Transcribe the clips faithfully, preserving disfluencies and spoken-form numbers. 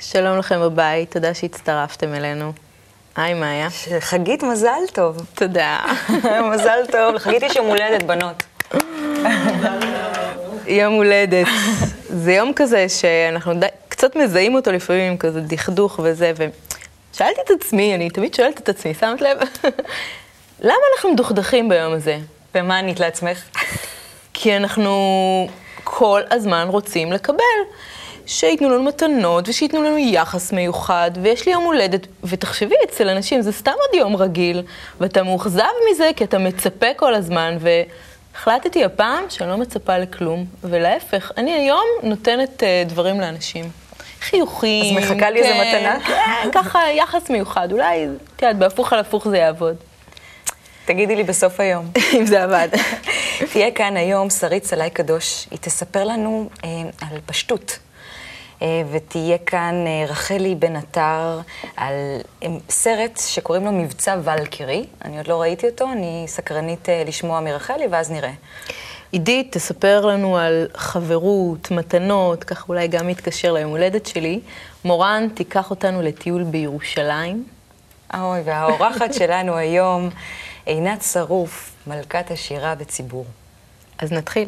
שלום לכם בבית, תודה שהצטרפתם אלינו. היי, מאיה. חגית, מזל טוב. תודה. מזל טוב. לחגית יש יום הולדת, בנות. יום הולדת. זה יום כזה שאנחנו די, קצת מזהים אותו לפעמים, כזה דכדוך וזה, ושאלתי את עצמי, אני תמיד שואלת את עצמי, שמת לב? למה אנחנו מדוכדכים ביום הזה? ומה ענית לעצמך? כי אנחנו כל הזמן רוצים לקבל. שיתנו לנו מתנות, ושיתנו לנו יחס מיוחד, ויש לי יום הולדת, ותחשבי, אצל אנשים זה סתם עוד יום רגיל, ואתה מאוכזב מזה, כי אתה מצפה כל הזמן, והחלטתי הפעם שאני לא מצפה לכלום, ולהפך, אני היום נותנת uh, דברים לאנשים. חיוכים. אז מחכה לי כן, איזה מתנה? כן, ככה יחס מיוחד, אולי, תיעד, בהפוך על הפוך זה יעבוד. תגידי לי בסוף היום. אם זה עבד. תהיה כאן היום שרית סלעי קדוש, היא תספר לנו אה, על פשטות. ותהיה כאן רחלי בן עטר על סרט שקוראים לו מבצע ולקירי. אני עוד לא ראיתי אותו, אני סקרנית לשמוע מרחלי, ואז נראה. עידית תספר לנו על חברות, מתנות, כך אולי גם יתקשר ליום הולדת שלי. מורן תיקח אותנו לטיול בירושלים. אוי, והאורחת שלנו היום, עינת שרוף, מלכת השירה בציבור. אז נתחיל.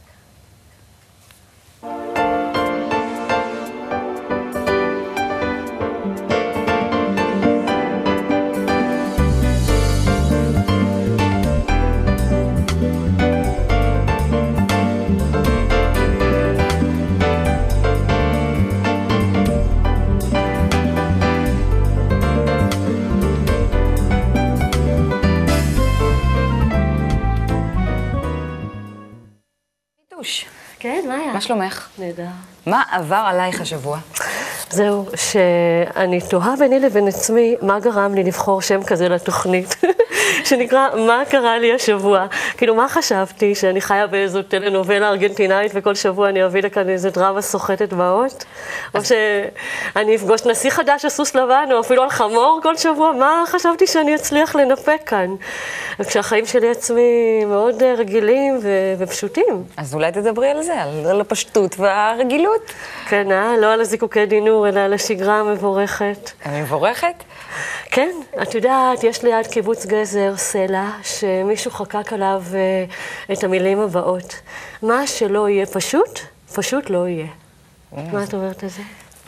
כן, מאיה. מה שלומך? נהדר. מה עבר עלייך השבוע? זהו, שאני תוהה ביני לבין עצמי מה גרם לי לבחור שם כזה לתוכנית, שנקרא מה קרה לי השבוע. כאילו, מה חשבתי? שאני חיה באיזו טלנובלה ארגנטינאית וכל שבוע אני אביא לכאן איזה דרמה סוחטת באות? או שאני אפגוש נשיא חדש הסוס לבן, או אפילו על חמור כל שבוע? מה חשבתי שאני אצליח לנפק כאן? וכשהחיים שלי עצמי מאוד רגילים ו- ופשוטים. אז אולי תדברי על זה, על הפשטות והרגילות. כן, אה? לא על הזיקוקי דינור, אלא על השגרה המבורכת. המבורכת? כן, את יודעת, יש ליד קיבוץ גזר סלע, שמישהו חקק עליו uh, את המילים הבאות. מה שלא יהיה פשוט, פשוט לא יהיה. מה את אומרת על זה?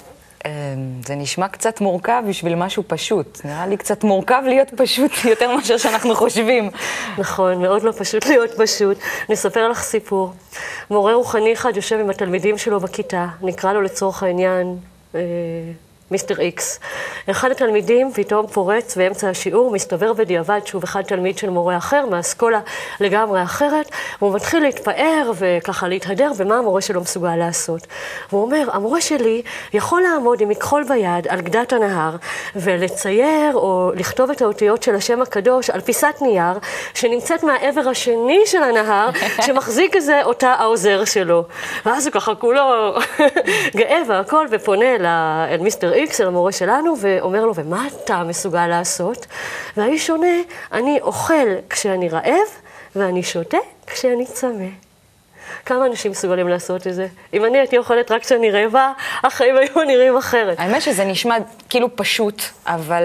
זה נשמע קצת מורכב בשביל משהו פשוט. נראה לי קצת מורכב להיות פשוט יותר מאשר שאנחנו חושבים. נכון, מאוד לא פשוט להיות פשוט. נספר לך סיפור. מורה רוחני אחד יושב עם התלמידים שלו בכיתה, נקרא לו לצורך העניין אה, מיסטר איקס. אחד התלמידים פתאום פורץ באמצע השיעור, מסתבר בדיעבד שהוא אחד תלמיד של מורה אחר, מהאסכולה לגמרי אחרת, והוא מתחיל להתפאר וככה להתהדר במה המורה שלו מסוגל לעשות. והוא אומר, המורה שלי יכול לעמוד עם מכחול ביד על גדת הנהר, ולצייר או לכתוב את האותיות של השם הקדוש על פיסת נייר, שנמצאת מהעבר השני של הנהר, שמחזיק איזה אותה העוזר שלו. ואז הוא ככה כולו גאה והכל, ופונה אל מיסטר איקס, אל המורה שלנו, ואומר לו, ומה אתה מסוגל לעשות? והאיש עונה, אני אוכל כשאני רעב, ואני שותה כשאני צמא. כמה אנשים מסוגלים לעשות את זה? אם אני הייתי אוכלת רק כשאני רעבה, החיים היו נראים אחרת. האמת שזה נשמע כאילו פשוט, אבל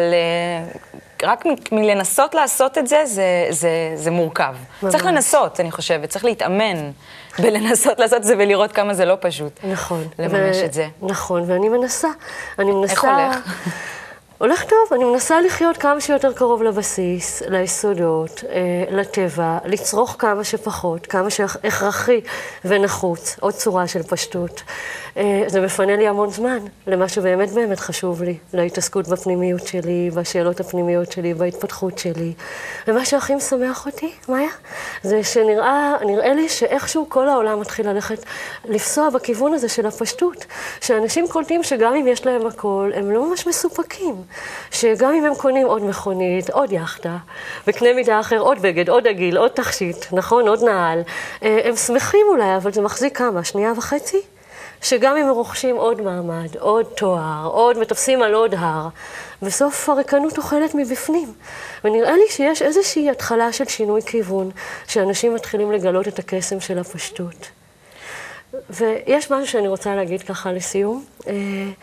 uh, רק מ- מלנסות לעשות את זה, זה, זה, זה מורכב. ממש. צריך לנסות, אני חושבת, צריך להתאמן בלנסות לעשות את זה ולראות כמה זה לא פשוט. נכון. לממש ו- את זה. נכון, ואני מנסה. אני מנסה... איך הולך? הולך טוב, אני מנסה לחיות כמה שיותר קרוב לבסיס, ליסודות, לטבע, לצרוך כמה שפחות, כמה שהכרחי ונחוץ, עוד צורה של פשטות. זה מפנה לי המון זמן למה שבאמת באמת חשוב לי, להתעסקות בפנימיות שלי, בשאלות הפנימיות שלי, בהתפתחות שלי. ומה שהכי משמח אותי, מאיה, זה שנראה, נראה לי שאיכשהו כל העולם מתחיל ללכת, לפסוע בכיוון הזה של הפשטות, שאנשים קולטים שגם אם יש להם הכל, הם לא ממש מסופקים. שגם אם הם קונים עוד מכונית, עוד יחדה, בקנה מידה אחר, עוד בגד, עוד עגיל, עוד תכשיט, נכון, עוד נעל, הם שמחים אולי, אבל זה מחזיק כמה, שנייה וחצי? שגם אם הם רוכשים עוד מעמד, עוד תואר, עוד מטפסים על עוד הר, בסוף הריקנות אוכלת מבפנים. ונראה לי שיש איזושהי התחלה של שינוי כיוון, שאנשים מתחילים לגלות את הקסם של הפשטות. ויש משהו שאני רוצה להגיד ככה לסיום,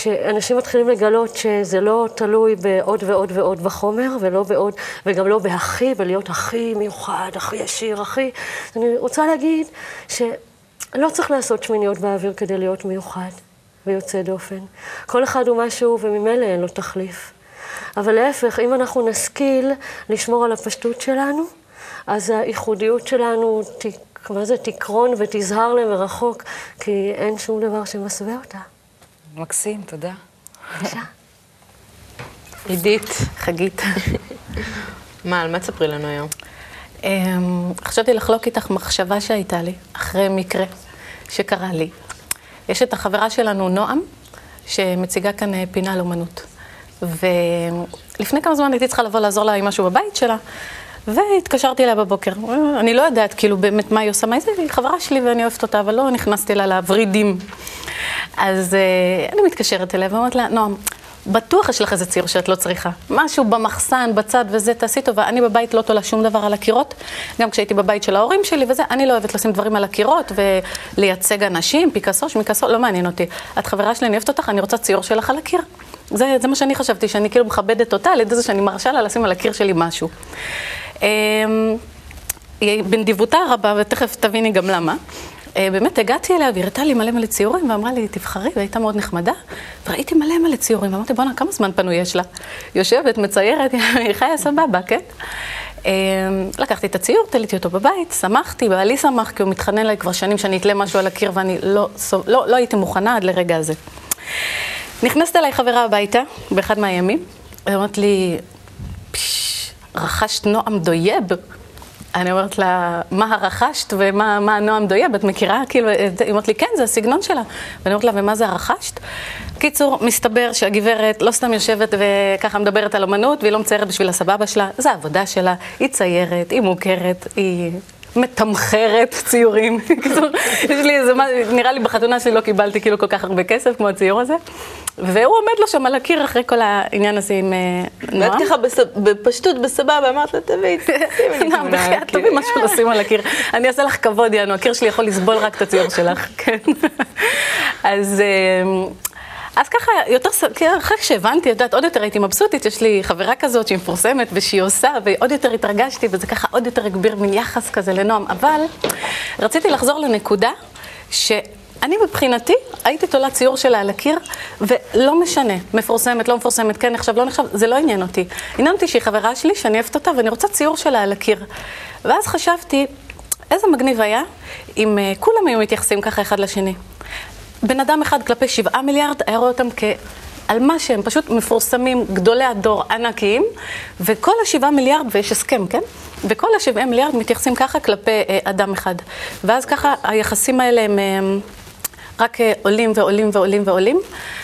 שאנשים מתחילים לגלות שזה לא תלוי בעוד ועוד ועוד בחומר, ולא בעוד, וגם לא בהכי, ולהיות הכי מיוחד, הכי ישיר, הכי... אני רוצה להגיד שלא צריך לעשות שמיניות באוויר כדי להיות מיוחד ויוצא דופן. כל אחד הוא משהו וממילא אין לו תחליף. אבל להפך, אם אנחנו נשכיל לשמור על הפשטות שלנו, אז הייחודיות שלנו, מה זה, תקרון ותזהר למרחוק, כי אין שום דבר שמסווה אותה. מקסים, תודה. בבקשה. עידית, חגית. מה, על מה תספרי לנו היום? חשבתי לחלוק איתך מחשבה שהייתה לי, אחרי מקרה שקרה לי. יש את החברה שלנו, נועם, שמציגה כאן פינה על אומנות. ולפני כמה זמן הייתי צריכה לבוא לעזור לה עם משהו בבית שלה, והתקשרתי אליה בבוקר. אני לא יודעת כאילו באמת מה היא עושה, מה היא חברה שלי ואני אוהבת אותה, אבל לא נכנסתי לה לוורידים. אז uh, אני מתקשרת אליה ואומרת לה, נועם, בטוח יש לך איזה ציור שאת לא צריכה. משהו במחסן, בצד וזה, תעשי טובה. אני בבית לא תולה שום דבר על הקירות. גם כשהייתי בבית של ההורים שלי וזה, אני לא אוהבת לשים דברים על הקירות ולייצג אנשים, פיקאסו, שמיקאסו, לא מעניין אותי. את חברה שלי, אני אוהבת אותך, אני רוצה ציור שלך על הקיר. זה, זה מה שאני חשבתי, שאני כאילו מכבדת אותה, על ידי זה שאני מרשה לה לשים על הקיר שלי משהו. בנדיבותה הרבה, ותכף תביני גם למה, באמת הגעתי אליה והראתה לי מלא מלא ציורים, ואמרה לי, תבחרי, והייתה מאוד נחמדה, וראיתי מלא מלא ציורים, ואמרתי, בוא'נה, כמה זמן פנוי יש לה? יושבת, מציירת, היא חיה סבבה, כן? לקחתי את הציור, תליתי אותו בבית, שמחתי, בעלי שמח, כי הוא מתחנן אליי כבר שנים שאני אתלה משהו על הקיר, ואני לא, לא, לא הייתי מוכנה עד לרגע הזה. נכנסת אליי חברה הביתה, באחד מהימים, ואומרת לי, פש, רכשת נועם דויב? אני אומרת לה, מה הרכשת ומה מה נועם דויב? את מכירה? כאילו, היא אומרת לי, כן, זה הסגנון שלה. ואני אומרת לה, ומה זה הרכשת? קיצור, מסתבר שהגברת לא סתם יושבת וככה מדברת על אמנות, והיא לא מציירת בשביל הסבבה שלה, זה העבודה שלה, היא ציירת, היא מוכרת, היא מתמחרת ציורים. קיצור, יש לי איזה, נראה לי בחתונה שלי לא קיבלתי כאילו כל כך הרבה כסף כמו הציור הזה. והוא עומד לו שם על הקיר אחרי כל העניין הזה עם נועם. ואת ככה בפשטות, בסבבה, אמרת לה, תביאי, שימי לי תמונה. בחייאת, תביאי משהו לשים על הקיר. אני אעשה לך כבוד, יענו, הקיר שלי יכול לסבול רק את הציור שלך. אז... אז ככה, יותר, אחרי שהבנתי, יודעת, עוד יותר הייתי מבסוטית, יש לי חברה כזאת שהיא מפורסמת ושהיא עושה, ועוד יותר התרגשתי, וזה ככה עוד יותר הגביר מין יחס כזה לנועם. אבל רציתי לחזור לנקודה שאני מבחינתי הייתי תולה ציור שלה על הקיר, ולא משנה, מפורסמת, לא מפורסמת, כן נחשב, לא נחשב, זה לא עניין אותי. עניין אותי שהיא חברה שלי, שאני אוהבת אותה, ואני רוצה ציור שלה על הקיר. ואז חשבתי, איזה מגניב היה אם כולם היו מתייחסים ככה אחד לשני. בן אדם אחד כלפי שבעה מיליארד, היה רואה אותם כעל מה שהם פשוט מפורסמים, גדולי הדור, ענקיים, וכל השבעה מיליארד, ויש הסכם, כן? וכל השבעה מיליארד מתייחסים ככה כלפי אה, אדם אחד. ואז ככה היחסים האלה הם אה, רק אה, עולים ועולים ועולים ועולים,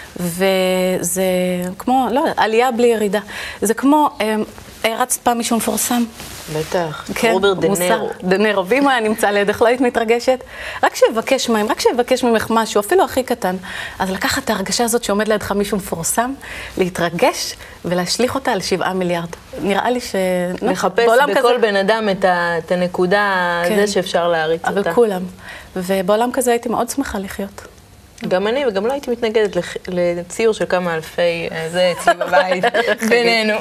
וזה כמו, לא, עלייה בלי ירידה. זה כמו, אה, הרצת פעם מישהו מפורסם. בטח, כן, רוברט דנרו. דנרו, ואם היה נמצא לידך, לא היית מתרגשת? רק שיבקש מים, רק שיבקש ממך משהו, אפילו הכי קטן. אז לקחת את ההרגשה הזאת שעומד לידך מישהו מפורסם, להתרגש ולהשליך אותה על שבעה מיליארד. נראה לי ש... לחפש בכל כזה... בן אדם את, ה... את הנקודה כן, הזה שאפשר להריץ אבל אותה. אבל כולם. ובעולם כזה הייתי מאוד שמחה לחיות. גם אני, וגם לא הייתי מתנגדת לח... לציור של כמה אלפי, זה אצלי בבית, בינינו.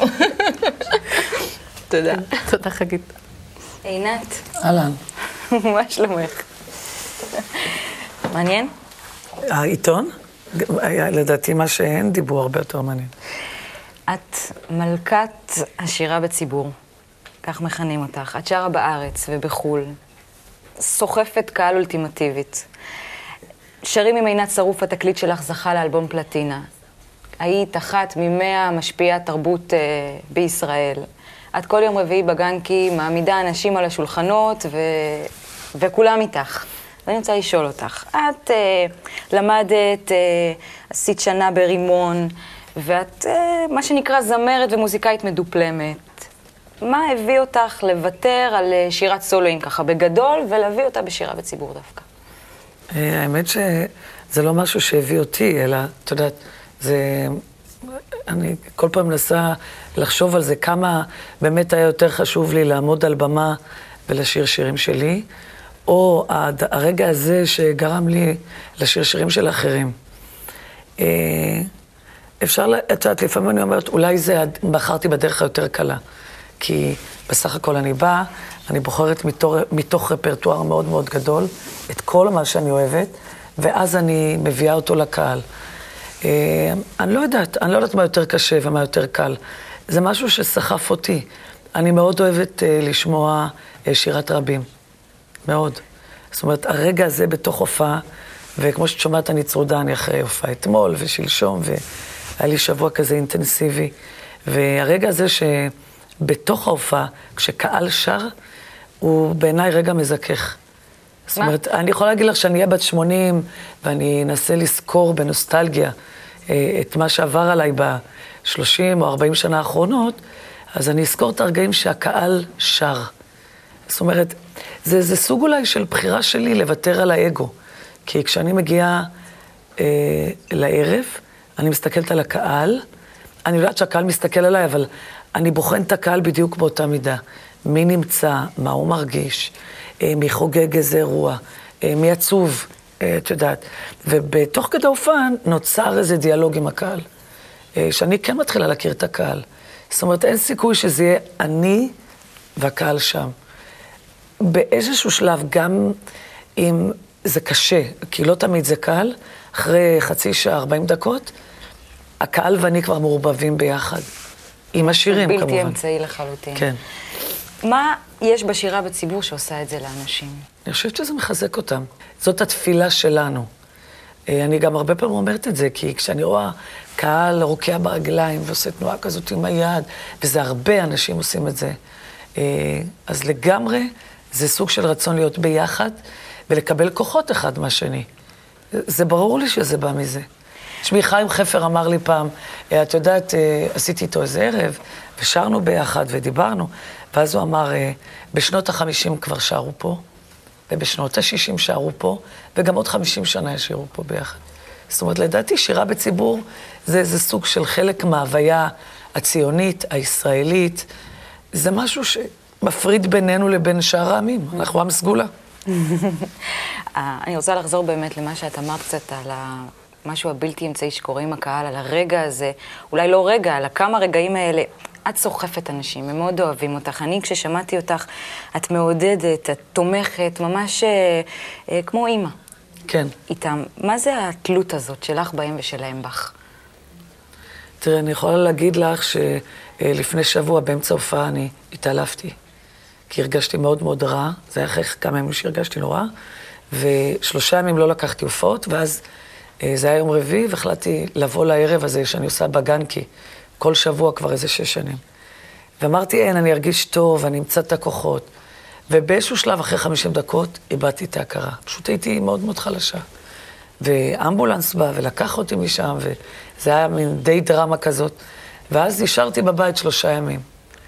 תודה. תודה חגית. עינת. אהלן. מה שלומך? מעניין? העיתון? לדעתי מה שאין דיבור הרבה יותר מעניין. את מלכת השירה בציבור, כך מכנים אותך. את שרה בארץ ובחול, סוחפת קהל אולטימטיבית. שרים עם עינת שרוף, התקליט שלך זכה לאלבום פלטינה. היית אחת ממאה משפיעי התרבות אה, בישראל. את כל יום רביעי בגנקי מעמידה אנשים על השולחנות ו... וכולם איתך. ואני רוצה לשאול אותך, את אה, למדת, אה, עשית שנה ברימון, ואת אה, מה שנקרא זמרת ומוזיקאית מדופלמת. מה הביא אותך לוותר על שירת סולואים ככה בגדול, ולהביא אותה בשירה בציבור דווקא? האמת שזה לא משהו שהביא אותי, אלא, את יודעת, זה... אני כל פעם מנסה לחשוב על זה, כמה באמת היה יותר חשוב לי לעמוד על במה ולשיר שירים שלי, או הרגע הזה שגרם לי לשיר שירים של אחרים. אפשר, את יודעת, לפעמים אני אומרת, אולי זה, בחרתי בדרך היותר קלה. כי בסך הכל אני באה, אני בוחרת מתוך, מתוך רפרטואר מאוד מאוד גדול, את כל מה שאני אוהבת, ואז אני מביאה אותו לקהל. אני לא יודעת, אני לא יודעת מה יותר קשה ומה יותר קל. זה משהו שסחף אותי. אני מאוד אוהבת לשמוע שירת רבים. מאוד. זאת אומרת, הרגע הזה בתוך הופעה, וכמו שאת שומעת, אני צרודה, אני אחרי הופעה אתמול ושלשום, והיה לי שבוע כזה אינטנסיבי. והרגע הזה שבתוך ההופעה, כשקהל שר, הוא בעיניי רגע מזכך. זאת אומרת, אני יכולה להגיד לך שאני אהיה בת שמונים, ואני אנסה לזכור בנוסטלגיה את מה שעבר עליי ב-שלושים או ארבעים שנה האחרונות, אז אני אזכור את הרגעים שהקהל שר. זאת אומרת, זה, זה סוג אולי של בחירה שלי לוותר על האגו. כי כשאני מגיעה אה, לערב, אני מסתכלת על הקהל, אני יודעת שהקהל מסתכל עליי, אבל אני בוחן את הקהל בדיוק באותה מידה. מי נמצא, מה הוא מרגיש, אה, מי חוגג איזה אירוע, אה, מי עצוב, אה, את יודעת. ובתוך כדי הופעה נוצר איזה דיאלוג עם הקהל, אה, שאני כן מתחילה להכיר את הקהל. זאת אומרת, אין סיכוי שזה יהיה אני והקהל שם. באיזשהו שלב, גם אם זה קשה, כי לא תמיד זה קל, אחרי חצי שעה, ארבעים דקות, הקהל ואני כבר מעורבבים ביחד. עם השירים, כמובן. בלתי אמצעי לחלוטין. כן. מה יש בשירה בציבור שעושה את זה לאנשים? אני חושבת שזה מחזק אותם. זאת התפילה שלנו. אני גם הרבה פעמים אומרת את זה, כי כשאני רואה קהל רוקע ברגליים ועושה תנועה כזאת עם היד, וזה הרבה אנשים עושים את זה, אז לגמרי זה סוג של רצון להיות ביחד ולקבל כוחות אחד מהשני. זה ברור לי שזה בא מזה. שמי חיים חפר אמר לי פעם, את יודעת, עשיתי איתו איזה ערב, ושרנו ביחד ודיברנו, ואז הוא אמר, בשנות החמישים כבר שרו פה, ובשנות השישים שרו פה, וגם עוד חמישים שנה ישירו פה ביחד. זאת אומרת, לדעתי, שירה בציבור זה, זה סוג של חלק מההוויה הציונית, הישראלית. זה משהו שמפריד בינינו לבין שאר העמים. אנחנו עם סגולה. אני רוצה לחזור באמת למה שאת אמרת קצת על משהו הבלתי אמצעי שקורה עם הקהל, על הרגע הזה, אולי לא רגע, על הכמה רגעים האלה. את סוחפת אנשים, הם מאוד אוהבים אותך. אני, כששמעתי אותך, את מעודדת, את תומכת, ממש אה, אה, כמו אימא. כן. איתם. מה זה התלות הזאת שלך בהם ושלהם בך? תראה, אני יכולה להגיד לך שלפני שבוע, באמצע הופעה, אני התעלפתי. כי הרגשתי מאוד מאוד רע. זה היה אחרי כמה ימים שהרגשתי נורא. ושלושה ימים לא לקחתי הופעות, ואז אה, זה היה יום רביעי, והחלטתי לבוא לערב הזה שאני עושה בגנקי. כל שבוע כבר איזה שש שנים. ואמרתי, אין, אני ארגיש טוב, אני אמצא את הכוחות. ובאיזשהו שלב, אחרי חמישים דקות, איבדתי את ההכרה. פשוט הייתי מאוד מאוד חלשה. ואמבולנס בא ולקח אותי משם, וזה היה מין די דרמה כזאת. ואז נשארתי בבית שלושה ימים.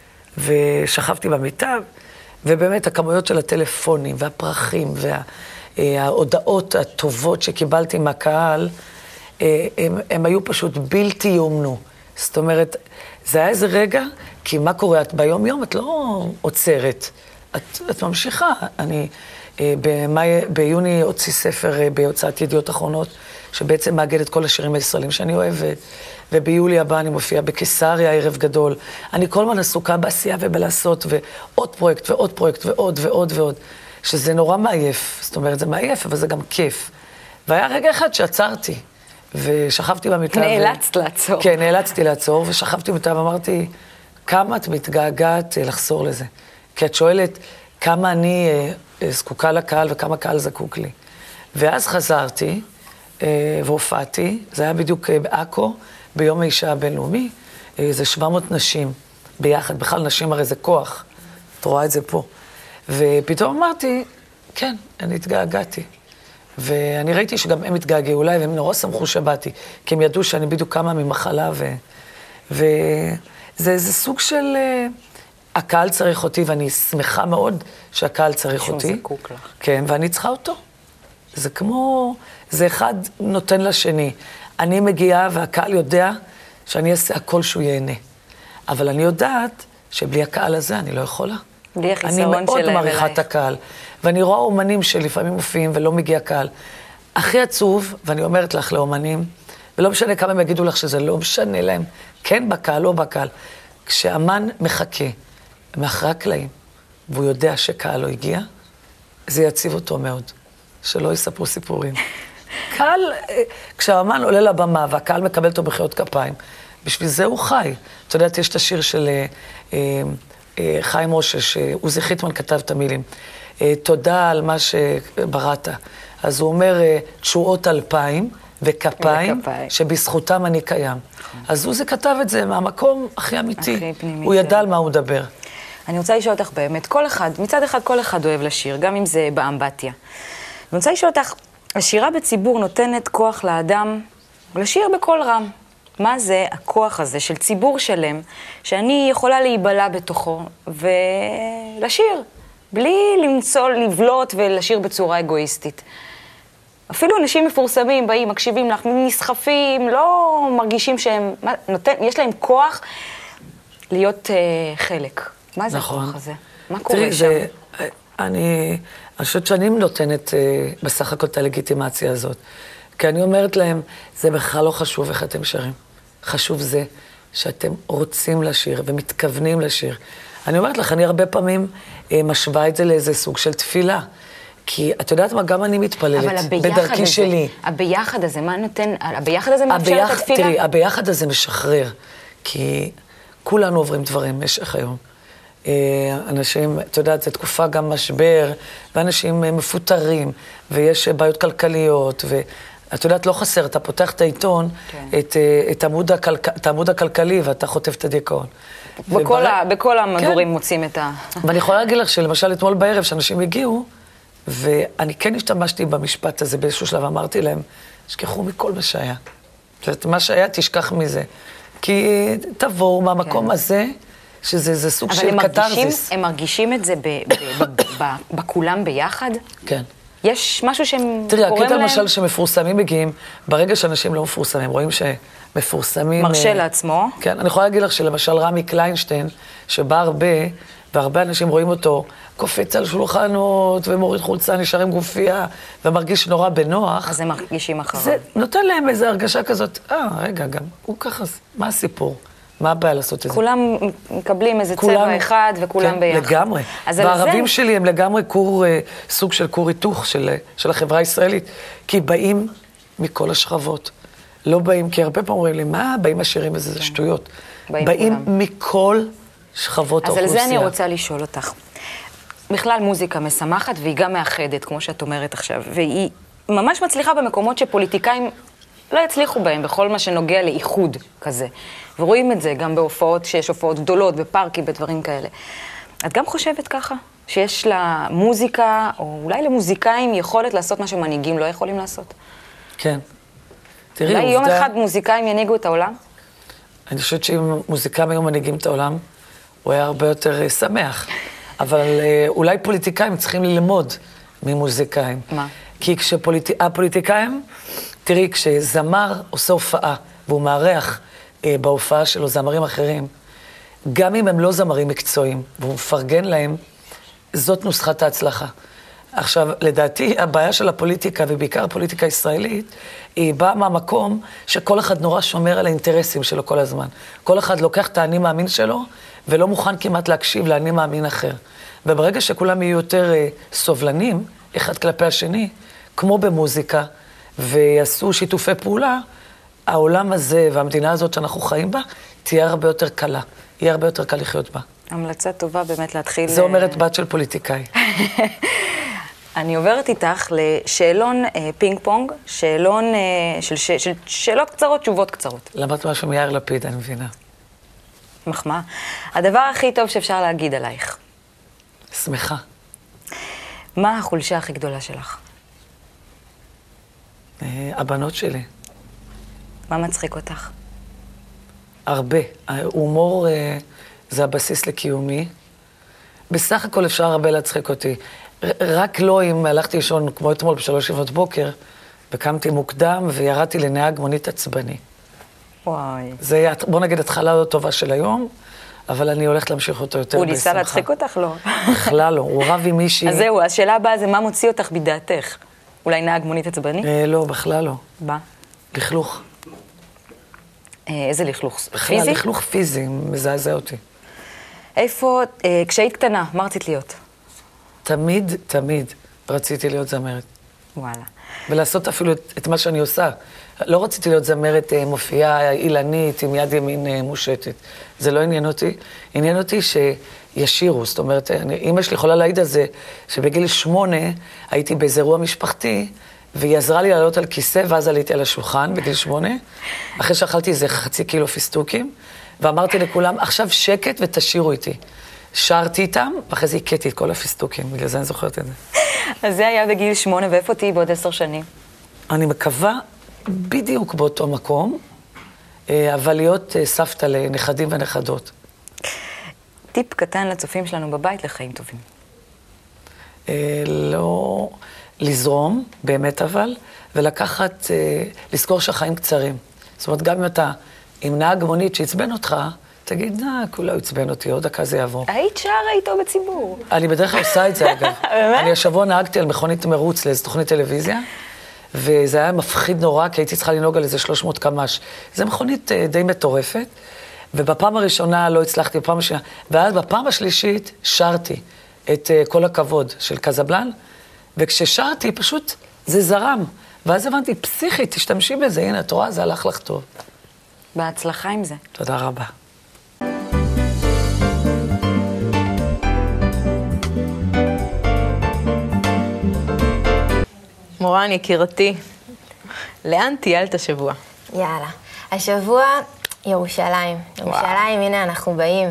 ושכבתי במיטה, ובאמת הכמויות של הטלפונים והפרחים וההודעות הטובות שקיבלתי מהקהל, הם, הם היו פשוט בלתי יאומנו. זאת אומרת, זה היה איזה רגע, כי מה קורה? את ביום יום את לא עוצרת, את, את ממשיכה. אני במאי, ביוני הוציא ספר בהוצאת ידיעות אחרונות, שבעצם מאגד את כל השירים הישראלים שאני אוהבת, וביולי הבא אני מופיעה בקיסריה, ערב גדול. אני כל הזמן עסוקה בעשייה ובלעשות, ועוד פרויקט ועוד פרויקט ועוד ועוד ועוד, שזה נורא מעייף. זאת אומרת, זה מעייף, אבל זה גם כיף. והיה רגע אחד שעצרתי. ושכבתי במיטה. נאלצת ו... לעצור. כן, נאלצתי לעצור, ושכבתי במיטה ואמרתי, כמה את מתגעגעת לחזור לזה? כי את שואלת כמה אני אה, זקוקה לקהל וכמה קהל זקוק לי. ואז חזרתי אה, והופעתי, זה היה בדיוק אה, בעכו, ביום האישה הבינלאומי, אה, זה שבע מאות נשים ביחד, בכלל נשים הרי זה כוח, את רואה את זה פה. ופתאום אמרתי, כן, אני התגעגעתי. ואני ראיתי שגם הם התגעגעו אליי, והם נורא שמחו שבאתי, כי הם ידעו שאני בדיוק קמה ממחלה, ו... וזה איזה סוג של... הקהל צריך אותי, ואני שמחה מאוד שהקהל צריך אותי. שהוא זקוק לך. כן, ואני צריכה אותו. זה כמו... זה אחד נותן לשני. אני מגיעה, והקהל יודע שאני אעשה הכל שהוא ייהנה. אבל אני יודעת שבלי הקהל הזה אני לא יכולה. בלי החיסרון שלהם אלייך. אני מאוד מעריכה אלייך. את הקהל. ואני רואה אומנים שלפעמים מופיעים ולא מגיע קהל. הכי עצוב, ואני אומרת לך לאומנים, ולא משנה כמה הם יגידו לך שזה לא משנה להם, כן בקהל, לא בקהל. כשאמן מחכה מאחורי הקלעים, והוא יודע שקהל לא הגיע, זה יציב אותו מאוד, שלא יספרו סיפורים. קהל, כשהאמן עולה לבמה והקהל מקבל אותו בחיות כפיים, בשביל זה הוא חי. אתה יודעת, יש את השיר של אה, אה, חיים משה, שעוזי חיטמן כתב את המילים. אה, תודה על מה שבראת. אז הוא אומר, אה, תשועות אלפיים וכפיים, וכפיים. שבזכותם אני קיים. אז עוזי כתב את זה מהמקום הכי אמיתי. הכי פנימי. הוא ידע על מה הוא מדבר. אני רוצה לשאול אותך באמת, כל אחד, מצד אחד כל אחד אוהב לשיר, גם אם זה באמבטיה. אני רוצה לשאול אותך, השירה בציבור נותנת כוח לאדם לשיר בכל רם. מה זה הכוח הזה של ציבור שלם, שאני יכולה להיבלה בתוכו ולשיר, בלי למצוא, לבלוט ולשיר בצורה אגואיסטית. אפילו אנשים מפורסמים באים, מקשיבים לך, נסחפים, לא מרגישים שהם, נותן, יש להם כוח להיות uh, חלק. מה זה נכון. הכוח הזה? מה קורה תראי, שם? זה, אני, אני חושבת שאני נותנת uh, בסך הכל את הלגיטימציה הזאת. כי אני אומרת להם, זה בכלל לא חשוב איך אתם שרים. חשוב זה שאתם רוצים לשיר ומתכוונים לשיר. אני אומרת לך, אני הרבה פעמים אה, משווה את זה לאיזה סוג של תפילה. כי את יודעת מה, גם אני מתפללת בדרכי הזה, שלי. הביחד הזה, מה נותן, הביחד הזה מאפשר הביח, את התפילה? תראי, הביחד הזה משחרר. כי כולנו עוברים דברים במשך היום. אה, אנשים, את יודעת, זו תקופה גם משבר, ואנשים אה, מפוטרים, ויש בעיות כלכליות, ו... את יודעת, לא חסר, אתה פותח את העיתון, כן. את, את, עמוד הכלכ... את העמוד הכלכלי, ואתה חוטף את הדיכאון. בכל, ובר... ה... בכל המדורים כן. מוצאים את ה... ואני יכולה להגיד לך שלמשל אתמול בערב, שאנשים הגיעו, ואני כן השתמשתי במשפט הזה באיזשהו שלב, אמרתי להם, שכחו מכל מה שהיה. זאת אומרת, מה שהיה, תשכח מזה. כי תבואו מהמקום כן. הזה, שזה זה סוג של קטרזיס. אבל הם מרגישים את זה ב... ב... ב... ב... בכולם ביחד? כן. יש משהו שהם קוראים להם? תראי, הקטע למשל שמפורסמים מגיעים, ברגע שאנשים לא מפורסמים, רואים שמפורסמים... מרשה לעצמו. כן, אני יכולה להגיד לך שלמשל רמי קליינשטיין, שבא הרבה, והרבה אנשים רואים אותו, קופץ על שולחנות, ומוריד חולצה, נשאר עם גופייה, ומרגיש נורא בנוח. אז הם מרגישים אחריו. זה נותן להם איזו הרגשה כזאת, אה, רגע, גם הוא ככה, מה הסיפור? מה הבעיה לעשות את זה? כולם מקבלים איזה צבע אחד וכולם כן, ביחד. לגמרי. והערבים זה... שלי הם לגמרי קור, סוג של כור היתוך של, של החברה הישראלית, כי באים מכל השכבות. לא באים, כי הרבה פעמים אומרים לי, מה? באים השירים איזה כן. שטויות. באים, באים מכל שכבות האוכלוסייה. אז על זה אני רוצה לשאול אותך. בכלל מוזיקה משמחת והיא גם מאחדת, כמו שאת אומרת עכשיו, והיא ממש מצליחה במקומות שפוליטיקאים לא יצליחו בהם, בכל מה שנוגע לאיחוד כזה. ורואים את זה גם בהופעות, שיש הופעות גדולות, בפארקים, בדברים כאלה. את גם חושבת ככה? שיש למוזיקה, או אולי למוזיקאים, יכולת לעשות מה שמנהיגים לא יכולים לעשות? כן. תראי, אולי יום אחד מוזיקאים ינהיגו את העולם? אני חושבת שאם מוזיקאים היום מנהיגים את העולם, הוא היה הרבה יותר שמח. אבל אולי פוליטיקאים צריכים ללמוד ממוזיקאים. מה? כי כשהפוליטיקאים, תראי, כשזמר עושה הופעה, והוא מארח אה, בהופעה שלו זמרים אחרים, גם אם הם לא זמרים מקצועיים, והוא מפרגן להם, זאת נוסחת ההצלחה. עכשיו, לדעתי, הבעיה של הפוליטיקה, ובעיקר הפוליטיקה הישראלית, היא באה מהמקום שכל אחד נורא שומר על האינטרסים שלו כל הזמן. כל אחד לוקח את האני מאמין שלו, ולא מוכן כמעט להקשיב לאני מאמין אחר. וברגע שכולם יהיו יותר אה, סובלנים, אחד כלפי השני, כמו במוזיקה, ויעשו שיתופי פעולה, העולם הזה והמדינה הזאת שאנחנו חיים בה, תהיה הרבה יותר קלה. יהיה הרבה יותר קל לחיות בה. המלצה טובה באמת להתחיל... זה אומרת בת של פוליטיקאי. אני עוברת איתך לשאלון אה, פינג פונג, שאלון אה, של, ש, של שאלות קצרות, תשובות קצרות. למדת משהו מיאיר לפיד, אני מבינה. מחמאה. הדבר הכי טוב שאפשר להגיד עלייך. שמחה. מה החולשה הכי גדולה שלך? הבנות שלי. מה מצחיק אותך? הרבה. ההומור זה הבסיס לקיומי. בסך הכל אפשר הרבה להצחיק אותי. רק לא אם הלכתי לישון כמו אתמול בשלוש שבעות בוקר, וקמתי מוקדם וירדתי לנהג מונית עצבני. וואי. זה, בוא נגיד, התחלה לא טובה של היום, אבל אני הולכת להמשיך אותו יותר בשמחה. הוא ניסה להצחיק אותך? לא. בכלל לא, הוא רב עם מישהי. אז זהו, השאלה הבאה זה מה מוציא אותך בדעתך? אולי נהג מונית עצבני? אה, לא, בכלל לא. מה? לכלוך. איזה לכלוך? בכלל, פיזי? לכלוך פיזי, מזעזע אותי. איפה, אה, כשהיית קטנה, מה רצית להיות? תמיד, תמיד רציתי להיות זמרת. וואלה. ולעשות אפילו את, את מה שאני עושה. לא רציתי להיות זמרת אה, מופיעה אילנית עם יד ימין אה, מושטת. זה לא עניין אותי. עניין אותי שישירו. זאת אומרת, אני, אמא שלי יכולה להעיד על זה, שבגיל שמונה הייתי באיזה אירוע משפחתי, והיא עזרה לי לעלות על כיסא, ואז עליתי על השולחן בגיל שמונה, אחרי שאכלתי איזה חצי קילו פיסטוקים, ואמרתי לכולם, עכשיו שקט ותשירו איתי. שרתי איתם, ואחרי זה הכיתי את כל הפיסטוקים, בגלל זה אני זוכרת את זה. אז זה היה בגיל שמונה, ואיפה תהיי בעוד עשר שנים? אני מקווה בדיוק באותו מקום, אבל להיות סבתא לנכדים ונכדות. טיפ קטן לצופים שלנו בבית לחיים טובים. לא לזרום, באמת אבל, ולקחת, לזכור שהחיים קצרים. זאת אומרת, גם אם אתה עם נהג מונית שעצבן אותך, תגיד, נה, כולה עצבן אותי, עוד דקה זה יעבור. היית שרה איתו בציבור. אני בדרך כלל עושה את זה, אגב. אני השבוע נהגתי על מכונית מרוץ לאיזו תוכנית טלוויזיה, וזה היה מפחיד נורא, כי הייתי צריכה לנהוג על איזה שלוש מאות קמ"ש. זו מכונית די מטורפת, ובפעם הראשונה לא הצלחתי, בפעם השנייה, ואז בפעם השלישית שרתי את כל הכבוד של קזבלן, וכששרתי פשוט זה זרם. ואז הבנתי, פסיכית, תשתמשי בזה, הנה, את רואה, זה הלך לך טוב. בהצלחה עם זה. תודה רבה. מורן, יקירתי, לאן טיילת השבוע? יאללה. השבוע, ירושלים. ירושלים, הנה אנחנו באים.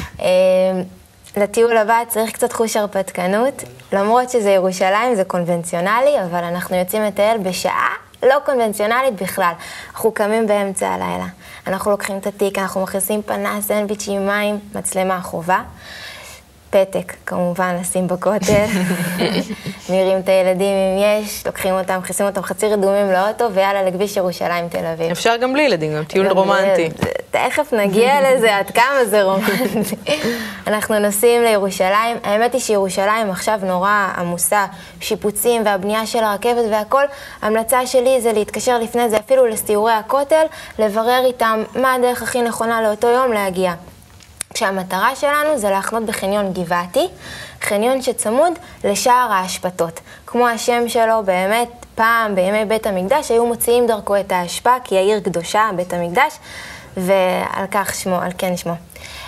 לטיול הבא צריך קצת חוש הרפתקנות, למרות שזה ירושלים, זה קונבנציונלי, אבל אנחנו יוצאים לטייל בשעה לא קונבנציונלית בכלל. אנחנו קמים באמצע הלילה. אנחנו לוקחים את התיק, אנחנו מכניסים פנס, סנדוויצ'ים, מים, מצלמה חובה. פתק, כמובן, לשים בכותל, מירים את הילדים אם יש, לוקחים אותם, מכניסים אותם חצי רדומים לאוטו, ויאללה לכביש ירושלים תל אביב. אפשר גם בלי ילדים, גם טיול רומנטי. תכף נגיע לזה, עד כמה זה רומנטי. אנחנו נוסעים לירושלים, האמת היא שירושלים עכשיו נורא עמוסה, שיפוצים והבנייה של הרכבת והכל, המלצה שלי זה להתקשר לפני זה אפילו לסיורי הכותל, לברר איתם מה הדרך הכי נכונה לאותו יום להגיע. כשהמטרה שלנו זה להחנות בחניון גבעתי, חניון שצמוד לשער האשפתות. כמו השם שלו, באמת פעם בימי בית המקדש היו מוציאים דרכו את האשפה, כי העיר קדושה, בית המקדש, ועל כך שמו, על כן שמו.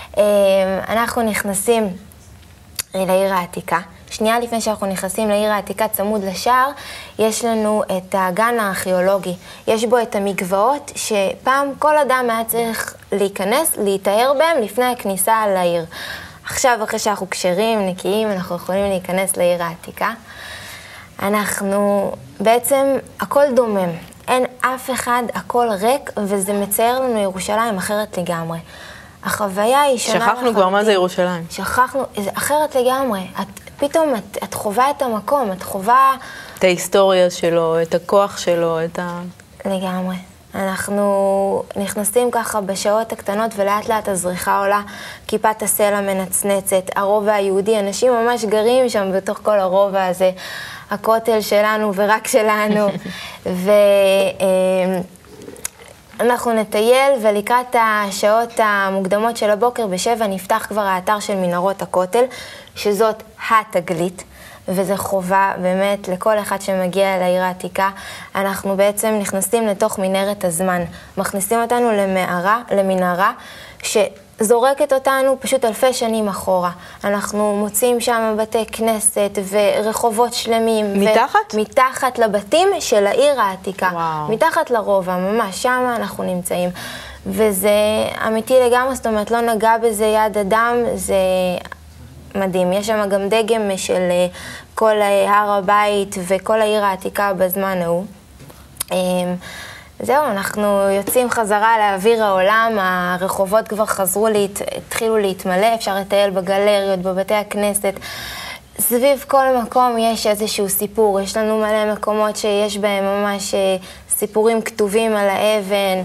אנחנו נכנסים לעיר העתיקה. שנייה לפני שאנחנו נכנסים לעיר העתיקה צמוד לשער, יש לנו את הגן הארכיאולוגי. יש בו את המגבעות שפעם כל אדם היה צריך להיכנס, להתאר בהם לפני הכניסה לעיר. עכשיו, אחרי שאנחנו כשרים, נקיים, אנחנו יכולים להיכנס לעיר העתיקה. אנחנו בעצם, הכל דומם. אין אף אחד, הכל ריק, וזה מצייר לנו ירושלים אחרת לגמרי. החוויה היא שונה לחלוטין. שכחנו כבר מה זה ירושלים. שכחנו, זה אחרת לגמרי. את, פתאום את, את חובה את המקום, את חובה... את ההיסטוריה שלו, את הכוח שלו, את ה... לגמרי. אנחנו נכנסים ככה בשעות הקטנות ולאט לאט הזריחה עולה, כיפת הסלע מנצנצת, הרובע היהודי, אנשים ממש גרים שם בתוך כל הרובע הזה, הכותל שלנו ורק שלנו. ו... אנחנו נטייל, ולקראת השעות המוקדמות של הבוקר בשבע נפתח כבר האתר של מנהרות הכותל, שזאת התגלית, וזה חובה באמת לכל אחד שמגיע לעיר העתיקה. אנחנו בעצם נכנסים לתוך מנהרת הזמן, מכניסים אותנו למערה, למנהרה, שזורקת אותנו פשוט אלפי שנים אחורה. אנחנו מוצאים שם בתי כנסת ורחובות שלמים. מתחת? ו- מתחת לבתים של העיר העתיקה. וואו. מתחת לרובע, ממש, שם אנחנו נמצאים. וזה אמיתי לגמרי, זאת אומרת, לא נגע בזה יד אדם, זה מדהים. יש שם גם דגם של כל הר הבית וכל העיר העתיקה בזמן ההוא. זהו, אנחנו יוצאים חזרה לאוויר העולם, הרחובות כבר חזרו, להת... התחילו להתמלא, אפשר לטייל בגלריות, בבתי הכנסת. סביב כל מקום יש איזשהו סיפור, יש לנו מלא מקומות שיש בהם ממש סיפורים כתובים על האבן.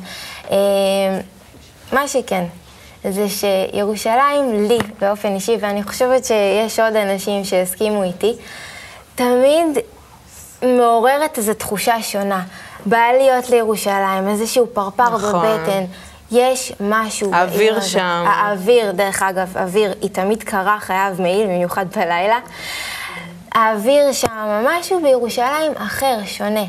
מה שכן, זה שירושלים לי באופן אישי, ואני חושבת שיש עוד אנשים שהסכימו איתי, תמיד מעוררת איזו תחושה שונה. בא להיות לירושלים, איזשהו פרפר נכון. בבטן. יש משהו... האוויר שם. האוויר, דרך אגב, האוויר, היא תמיד קרה, חייב מעיל, במיוחד בלילה. האוויר שם, משהו בירושלים אחר, שונה.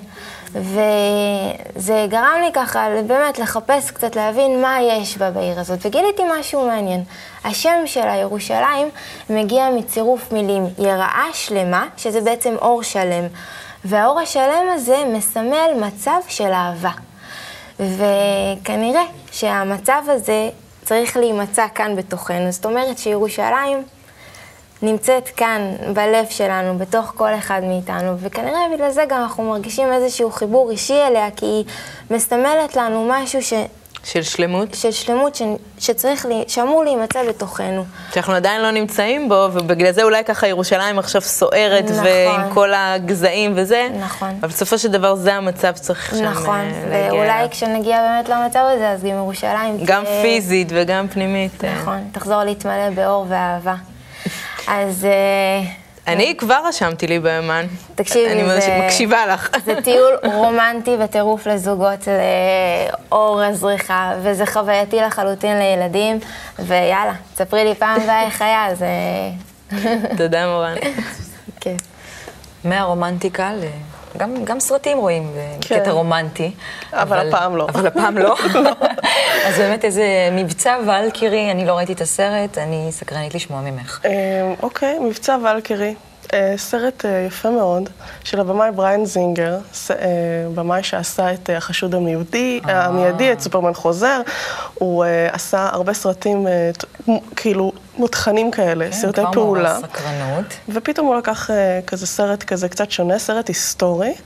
וזה גרם לי ככה באמת לחפש קצת, להבין מה יש בה בעיר הזאת, וגיליתי משהו מעניין. השם של הירושלים מגיע מצירוף מילים יראה שלמה, שזה בעצם אור שלם, והאור השלם הזה מסמל מצב של אהבה. וכנראה שהמצב הזה צריך להימצא כאן בתוכנו, זאת אומרת שירושלים נמצאת כאן בלב שלנו, בתוך כל אחד מאיתנו, וכנראה בגלל זה גם אנחנו מרגישים איזשהו חיבור אישי אליה, כי היא מסמלת לנו משהו ש... של שלמות? של שלמות ש... שצריך, לי... שאמור להימצא בתוכנו. שאנחנו עדיין לא נמצאים בו, ובגלל זה אולי ככה ירושלים עכשיו סוערת, נכון. ועם כל הגזעים וזה. נכון. אבל בסופו של דבר זה המצב שצריך שם נכון, להגיע. ואולי כשנגיע באמת למצב הזה, אז גם ירושלים... גם ת... פיזית וגם פנימית. נכון, תחזור להתמלא באור ואהבה. אז... אני כבר רשמתי לי ביומן. תקשיבי, אני מקשיבה לך. זה טיול רומנטי וטירוף לזוגות לאור הזריחה, וזה חווייתי לחלוטין לילדים, ויאללה, תספרי לי פעם ואיך היה, זה... תודה מורן. כן. מהרומנטיקה ל... גם, גם סרטים רואים כן. קטע רומנטי. אבל, אבל הפעם לא. אבל הפעם לא. אז באמת איזה מבצע ולקירי, אני לא ראיתי את הסרט, אני סקרנית לשמוע ממך. אוקיי, מבצע ולקירי. סרט יפה מאוד, של הבמאי בריין זינגר, במאי שעשה את החשוד המיידי, המיידי, את סופרמן חוזר. הוא עשה הרבה סרטים כאילו מותחנים כאלה, סרטי פעולה. סקרנות. ופתאום הוא לקח כזה סרט כזה קצת שונה, סרט היסטורי.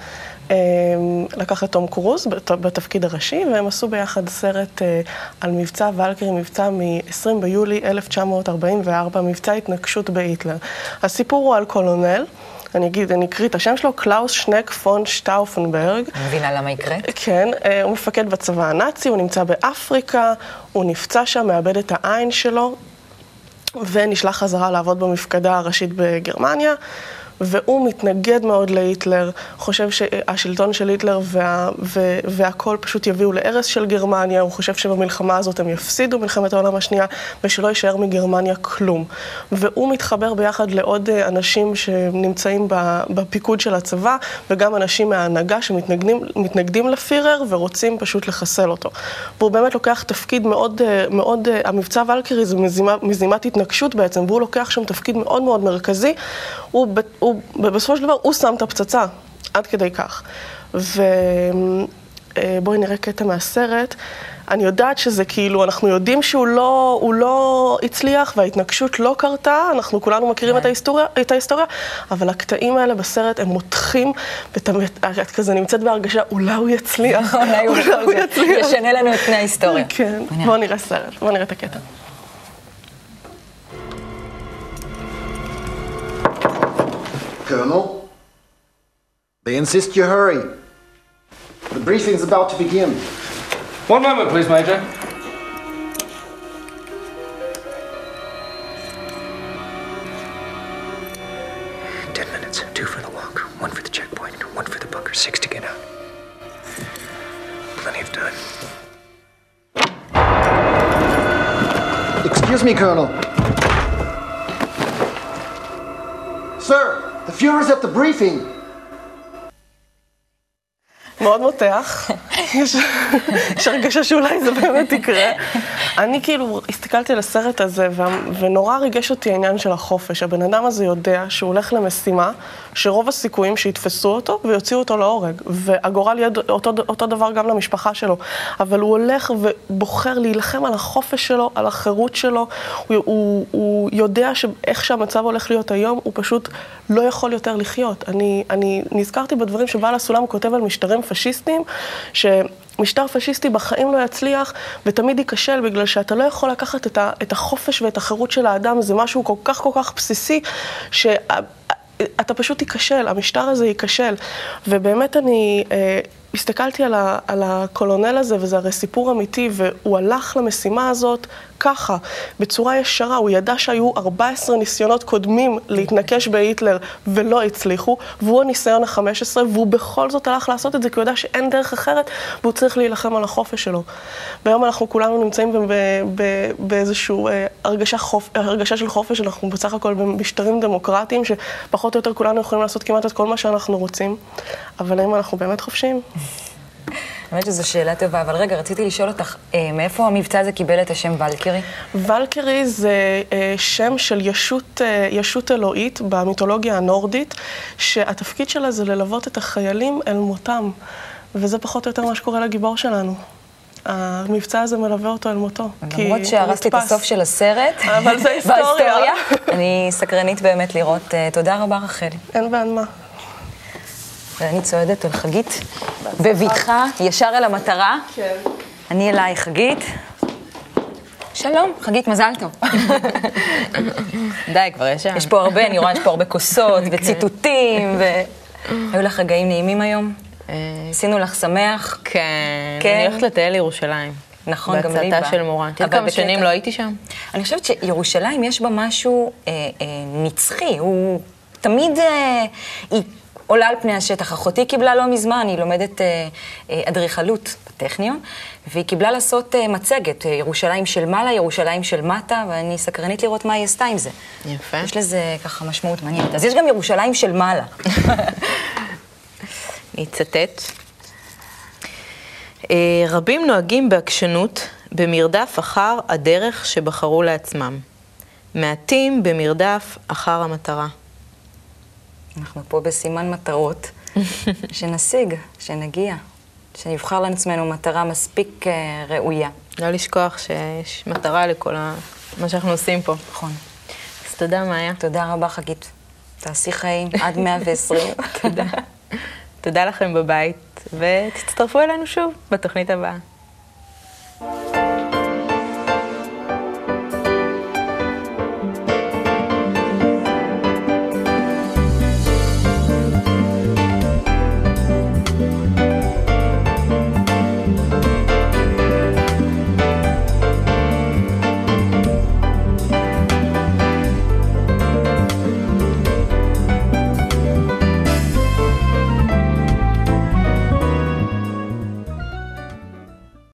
לקח את תום קרוז בתפקיד הראשי, והם עשו ביחד סרט על מבצע ולקירי, מבצע מ-עשרים ביולי אלף תשע מאות ארבעים וארבע, מבצע התנקשות בהיטלר. הסיפור הוא על קולונל, אני אגיד, אני אקריא את השם שלו, קלאוס שנק פון שטאופנברג. אני מבינה למה יקרה? כן, הוא מפקד בצבא הנאצי, הוא נמצא באפריקה, הוא נפצע שם, מאבד את העין שלו, ונשלח חזרה לעבוד במפקדה הראשית בגרמניה. והוא מתנגד מאוד להיטלר, חושב שהשלטון של היטלר וה, וה, והכל פשוט יביאו להרס של גרמניה, הוא חושב שבמלחמה הזאת הם יפסידו מלחמת העולם השנייה, ושלא יישאר מגרמניה כלום. והוא מתחבר ביחד לעוד אנשים שנמצאים בפיקוד של הצבא, וגם אנשים מההנהגה שמתנגדים לפירר ורוצים פשוט לחסל אותו. והוא באמת לוקח תפקיד מאוד, מאוד, המבצע ולקירי זה מזימה, מזימת התנגשות בעצם, והוא לוקח שם תפקיד מאוד מאוד מרכזי, הוא, הוא ובסופו של דבר הוא שם את הפצצה, עד כדי כך. ובואי נראה קטע מהסרט. אני יודעת שזה כאילו, אנחנו יודעים שהוא לא, הוא לא הצליח וההתנגשות לא קרתה, אנחנו כולנו מכירים את ההיסטוריה, את ההיסטוריה, אבל הקטעים האלה בסרט הם מותחים, ואת כזה נמצאת בהרגשה, אולי הוא יצליח. אולי הוא יצליח. ישנה לנו את פני ההיסטוריה. כן, בואו נראה סרט, בואו נראה את הקטע. Colonel, they insist you hurry. The briefing's about to begin. One moment, please, Major. Ten minutes. Two for the walk, one for the checkpoint, one for the bunker, six to get out. Plenty of time. Excuse me, Colonel. Sir! The Führer's at the briefing. מאוד מותח. יש הרגשה שאולי זה באמת יקרה. אני כאילו הסתכלתי על הסרט הזה, ונורא ריגש אותי העניין של החופש. הבן אדם הזה יודע שהוא הולך למשימה, שרוב הסיכויים שיתפסו אותו ויוציאו אותו להורג. והגורל יהיה אותו, אותו דבר גם למשפחה שלו. אבל הוא הולך ובוחר להילחם על החופש שלו, על החירות שלו. הוא, הוא, הוא יודע שאיך שהמצב הולך להיות היום, הוא פשוט לא יכול יותר לחיות. אני, אני נזכרתי בדברים שבעל הסולם כותב על משטרים פשיסטיים, שמשטר פשיסטי בחיים לא יצליח ותמיד ייכשל, בגלל שאתה לא יכול לקחת את, ה, את החופש ואת החירות של האדם, זה משהו כל כך כל כך בסיסי, שאתה פשוט ייכשל, המשטר הזה ייכשל. ובאמת אני אה, הסתכלתי על, ה, על הקולונל הזה, וזה הרי סיפור אמיתי, והוא הלך למשימה הזאת ככה, בצורה ישרה. הוא ידע שהיו ארבעה עשר ניסיונות קודמים להתנקש בהיטלר ולא הצליחו, והוא הניסיון ה-חמש עשרה, והוא בכל זאת הלך לעשות את זה, כי הוא יודע שאין דרך אחרת, והוא צריך להילחם על החופש שלו. והיום אנחנו כולנו נמצאים באיזושהי הרגשה, חופ... הרגשה של חופש, אנחנו בסך הכל במשטרים דמוקרטיים, שפחות או יותר כולנו יכולים לעשות כמעט את כל מה שאנחנו רוצים, אבל האם אנחנו באמת חופשיים? האמת שזו שאלה טובה, אבל רגע, רציתי לשאול אותך, מאיפה המבצע הזה קיבל את השם ולקרי? ולקרי זה שם של ישות, ישות אלוהית במיתולוגיה הנורדית, שהתפקיד שלה זה ללוות את החיילים אל מותם, וזה פחות או יותר מה שקורה לגיבור שלנו. המבצע הזה מלווה אותו אל מותו. למרות שהרסתי את הסוף של הסרט, אבל זה היסטוריה. אני סקרנית באמת לראות. תודה רבה, רחלי. אין בעד מה. ואני צועדת על חגית, בביתך, ישר אל המטרה. כן. אני אליי, חגית. שלום, חגית, מזל טוב. די, כבר יש שם. יש פה הרבה, אני רואה, יש פה הרבה כוסות וציטוטים, והיו לך רגעים נעימים היום? עשינו לך שמח? כן. אני הולכת לטייל לירושלים. נכון, גם לי בא. בהצלתה של מורן. תראה כמה שנים לא הייתי שם. אני חושבת שירושלים יש בה משהו נצחי, הוא תמיד, היא עולה על פני השטח. אחותי קיבלה לא מזמן, היא לומדת אדריכלות בטכניון, והיא קיבלה לעשות מצגת, ירושלים של מעלה, ירושלים של מטה, ואני סקרנית לראות מה היא עשתה עם זה. יפה. יש לזה ככה משמעות מעניינת. אז יש גם ירושלים של מעלה. נצטט. רבים נוהגים בעקשנות במרדף אחר הדרך שבחרו לעצמם. מעטים במרדף אחר המטרה. אנחנו פה בסימן מטרות, שנשיג, שנגיע, שנבחר לעצמנו מטרה מספיק ראויה. לא לשכוח שיש מטרה לכל מה שאנחנו עושים פה. נכון. אז תודה, מאיה. תודה רבה, חגית. תעשי חיים עד מאה ועשרים. תודה. תודה לכם בבית, ותצטרפו אלינו שוב בתוכנית הבאה.